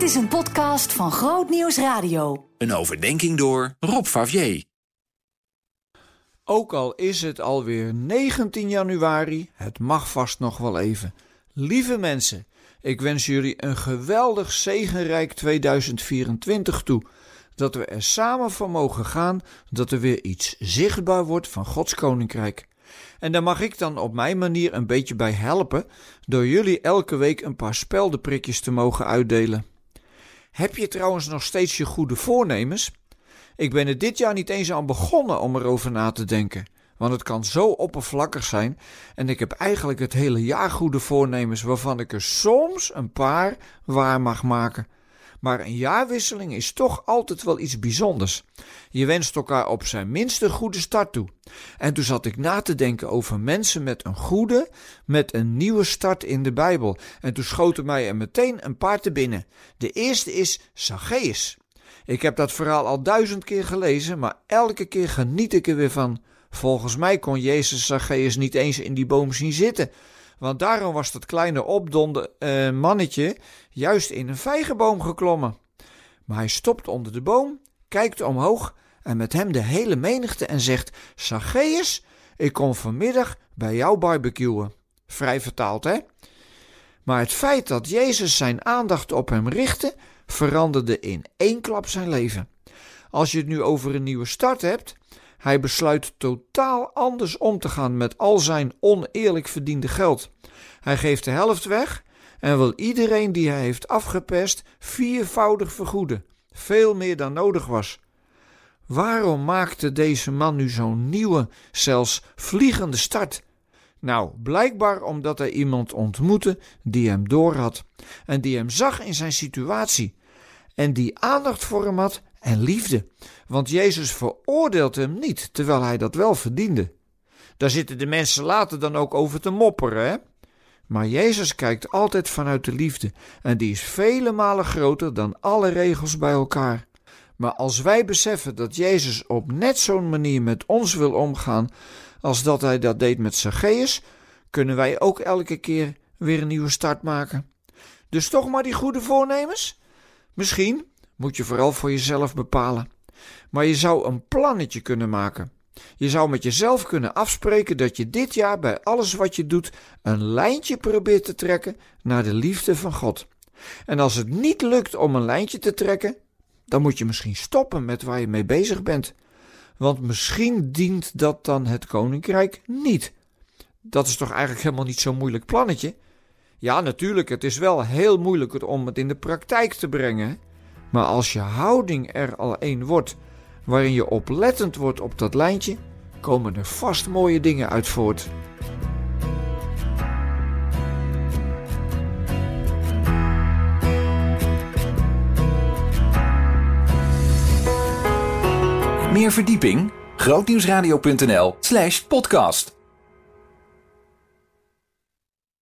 Dit is een podcast van Groot Nieuws Radio. Een overdenking door Rob Favier. Ook al is het alweer 19 januari, het mag vast nog wel even. Lieve mensen, ik wens jullie een geweldig zegenrijk 2024 toe. Dat we er samen voor mogen gaan, dat er weer iets zichtbaar wordt van Gods Koninkrijk. En daar mag ik dan op mijn manier een beetje bij helpen, door jullie elke week een paar speldenprikjes te mogen uitdelen. Heb je trouwens nog steeds je goede voornemens? Ik ben er dit jaar niet eens aan begonnen om erover na te denken, want het kan zo oppervlakkig zijn en ik heb eigenlijk het hele jaar goede voornemens waarvan ik er soms een paar waar mag maken. Maar een jaarwisseling is toch altijd wel iets bijzonders. Je wenst elkaar op zijn minst een goede start toe. En toen zat ik na te denken over mensen met een nieuwe start in de Bijbel. En toen schoten mij er meteen een paar te binnen. De eerste is Zacchaeus. Ik heb dat verhaal al 1000 keer gelezen, maar elke keer geniet ik er weer van. Volgens mij kon Jezus Zacchaeus niet eens in die boom zien zitten. Want daarom was dat kleine opdonde mannetje juist in een vijgenboom geklommen. Maar hij stopt onder de boom, kijkt omhoog en met hem de hele menigte en zegt: Zacchaeus, ik kom vanmiddag bij jou barbecuen. Vrij vertaald, hè? Maar het feit dat Jezus zijn aandacht op hem richtte, veranderde in één klap zijn leven. Als je het nu over een nieuwe start hebt, hij besluit totaal anders om te gaan met al zijn oneerlijk verdiende geld. Hij geeft de helft weg en wil iedereen die hij heeft afgeperst 4voudig vergoeden. Veel meer dan nodig was. Waarom maakte deze man nu zo'n nieuwe, zelfs vliegende start? Nou, blijkbaar omdat hij iemand ontmoette die hem doorhad en die hem zag in zijn situatie en die aandacht voor hem had en liefde. Want Jezus veroordeelt hem niet, terwijl hij dat wel verdiende. Daar zitten de mensen later dan ook over te mopperen, hè? Maar Jezus kijkt altijd vanuit de liefde en die is vele malen groter dan alle regels bij elkaar. Maar als wij beseffen dat Jezus op net zo'n manier met ons wil omgaan als dat hij dat deed met Zacchaeus, kunnen wij ook elke keer weer een nieuwe start maken. Dus toch maar die goede voornemens? Misschien moet je vooral voor jezelf bepalen. Maar je zou een plannetje kunnen maken. Je zou met jezelf kunnen afspreken dat je dit jaar bij alles wat je doet een lijntje probeert te trekken naar de liefde van God. En als het niet lukt om een lijntje te trekken, dan moet je misschien stoppen met waar je mee bezig bent. Want misschien dient dat dan het koninkrijk niet. Dat is toch eigenlijk helemaal niet zo'n moeilijk plannetje? Ja, natuurlijk, het is wel heel moeilijk om het in de praktijk te brengen. Maar als je houding er al een wordt, waarin je oplettend wordt op dat lijntje, komen er vast mooie dingen uit voort. Meer verdieping? Grootnieuwsradio.nl/podcast